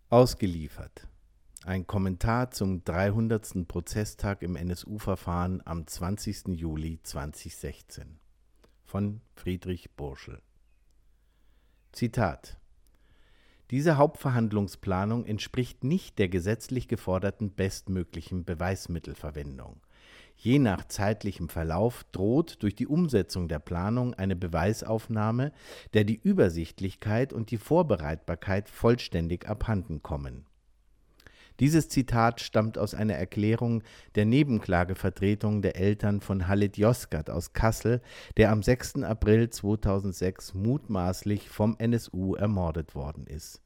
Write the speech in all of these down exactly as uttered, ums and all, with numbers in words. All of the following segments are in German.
Ausgeliefert. Ein Kommentar zum dreihundertsten Prozesstag im N S U-Verfahren am zwanzigsten Juli zweitausendsechzehn von Friedrich Burschel. Zitat: Diese Hauptverhandlungsplanung entspricht nicht der gesetzlich geforderten bestmöglichen Beweismittelverwendung. Je nach zeitlichem Verlauf droht durch die Umsetzung der Planung eine Beweisaufnahme, der die Übersichtlichkeit und die Vorbereitbarkeit vollständig abhanden kommen. Dieses Zitat stammt aus einer Erklärung der Nebenklagevertretung der Eltern von Halit Yozgat aus Kassel, der am sechsten April zweitausendsechs mutmaßlich vom N S U ermordet worden ist.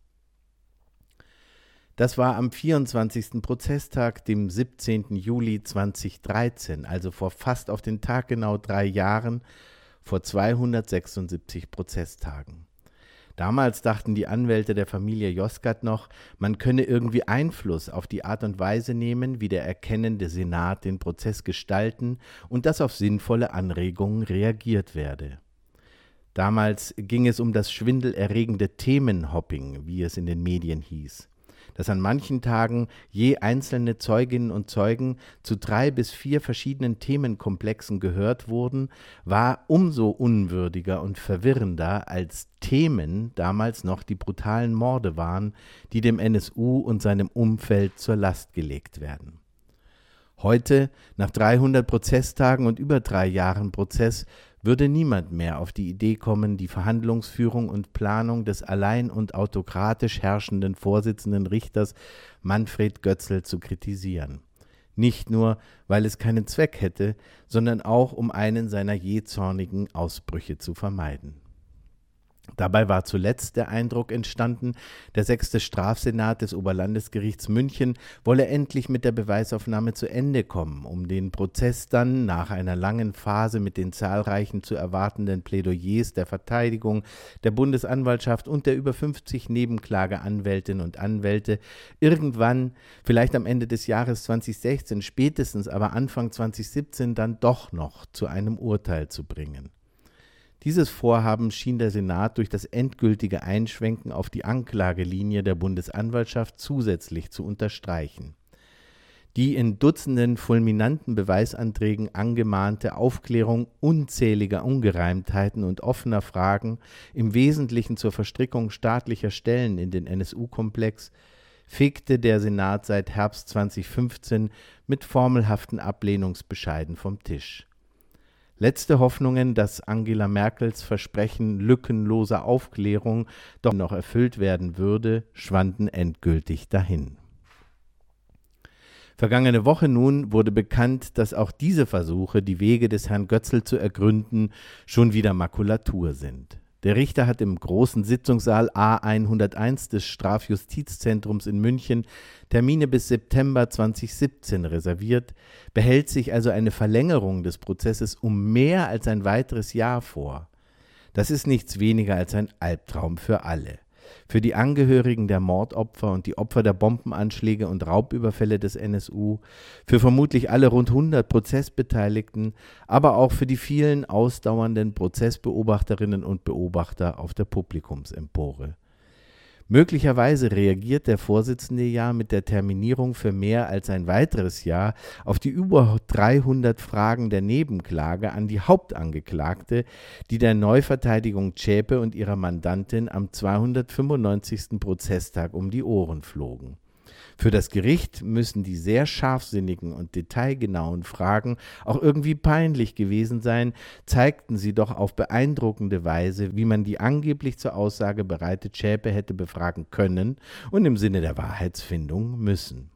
Das war am vierundzwanzigsten Prozesstag, dem siebzehnten Juli zweitausenddreizehn, also vor fast auf den Tag genau drei Jahren, vor zweihundertsechsundsiebzig Prozesstagen. Damals dachten die Anwälte der Familie Yozgat noch, man könne irgendwie Einfluss auf die Art und Weise nehmen, wie der erkennende Senat den Prozess gestalten und dass auf sinnvolle Anregungen reagiert werde. Damals ging es um das schwindelerregende Themenhopping, wie es in den Medien hieß, dass an manchen Tagen je einzelne Zeuginnen und Zeugen zu drei bis vier verschiedenen Themenkomplexen gehört wurden, war umso unwürdiger und verwirrender, als Themen damals noch die brutalen Morde waren, die dem N S U und seinem Umfeld zur Last gelegt werden. Heute, nach dreihundert Prozesstagen und über drei Jahren Prozess, würde niemand mehr auf die Idee kommen, die Verhandlungsführung und Planung des allein und autokratisch herrschenden Vorsitzenden Richters Manfred Götzl zu kritisieren. Nicht nur, weil es keinen Zweck hätte, sondern auch, um einen seiner jähzornigen Ausbrüche zu vermeiden. Dabei war zuletzt der Eindruck entstanden, der sechste Strafsenat des Oberlandesgerichts München wolle endlich mit der Beweisaufnahme zu Ende kommen, um den Prozess dann nach einer langen Phase mit den zahlreichen zu erwartenden Plädoyers der Verteidigung, der Bundesanwaltschaft und der über fünfzig Nebenklageanwältinnen und Anwälte irgendwann, vielleicht am Ende des Jahres zweitausendsechzehn, spätestens aber Anfang zweitausendsiebzehn dann doch noch zu einem Urteil zu bringen. Dieses Vorhaben schien der Senat durch das endgültige Einschwenken auf die Anklagelinie der Bundesanwaltschaft zusätzlich zu unterstreichen. Die in Dutzenden fulminanten Beweisanträgen angemahnte Aufklärung unzähliger Ungereimtheiten und offener Fragen, im Wesentlichen zur Verstrickung staatlicher Stellen in den N S U-Komplex, fegte der Senat seit Herbst zweitausendfünfzehn mit formelhaften Ablehnungsbescheiden vom Tisch. Letzte Hoffnungen, dass Angela Merkels Versprechen lückenloser Aufklärung doch noch erfüllt werden würde, schwanden endgültig dahin. Vergangene Woche nun wurde bekannt, dass auch diese Versuche, die Wege des Herrn Götzl zu ergründen, schon wieder Makulatur sind. Der Richter hat im großen Sitzungssaal A hunderteins des Strafjustizzentrums in München Termine bis September zweitausendsiebzehn reserviert, behält sich also eine Verlängerung des Prozesses um mehr als ein weiteres Jahr vor. Das ist nichts weniger als ein Albtraum für alle. Für die Angehörigen der Mordopfer und die Opfer der Bombenanschläge und Raubüberfälle des N S U, für vermutlich alle rund hundert Prozessbeteiligten, aber auch für die vielen ausdauernden Prozessbeobachterinnen und Beobachter auf der Publikumsempore. Möglicherweise reagiert der Vorsitzende ja mit der Terminierung für mehr als ein weiteres Jahr auf die über dreihundert Fragen der Nebenklage an die Hauptangeklagte, die der Neuverteidigung Zschäpe und ihrer Mandantin am zweihundertfünfundneunzigsten Prozesstag um die Ohren flogen. Für das Gericht müssen die sehr scharfsinnigen und detailgenauen Fragen auch irgendwie peinlich gewesen sein, zeigten sie doch auf beeindruckende Weise, wie man die angeblich zur Aussage bereite Zschäpe hätte befragen können und im Sinne der Wahrheitsfindung müssen.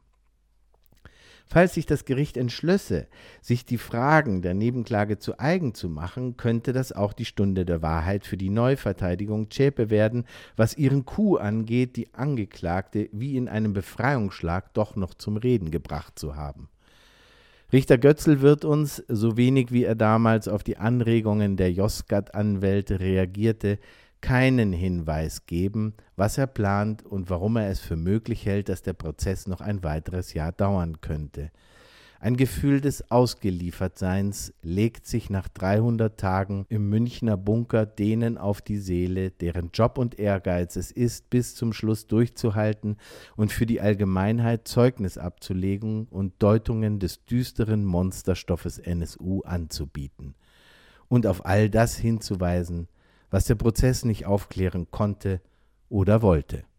Falls sich das Gericht entschlösse, sich die Fragen der Nebenklage zu eigen zu machen, könnte das auch die Stunde der Wahrheit für die Neuverteidigung Zschäpe werden, was ihren Coup angeht, die Angeklagte wie in einem Befreiungsschlag doch noch zum Reden gebracht zu haben. Richter Götzl wird uns, so wenig wie er damals auf die Anregungen der Yozgat-Anwälte reagierte, keinen Hinweis geben, was er plant und warum er es für möglich hält, dass der Prozess noch ein weiteres Jahr dauern könnte. Ein Gefühl des Ausgeliefertseins legt sich nach dreihundert Tagen im Münchner Bunker denen auf die Seele, deren Job und Ehrgeiz es ist, bis zum Schluss durchzuhalten und für die Allgemeinheit Zeugnis abzulegen und Deutungen des düsteren Monsterstoffes N S U anzubieten und auf all das hinzuweisen, was der Prozess nicht aufklären konnte oder wollte.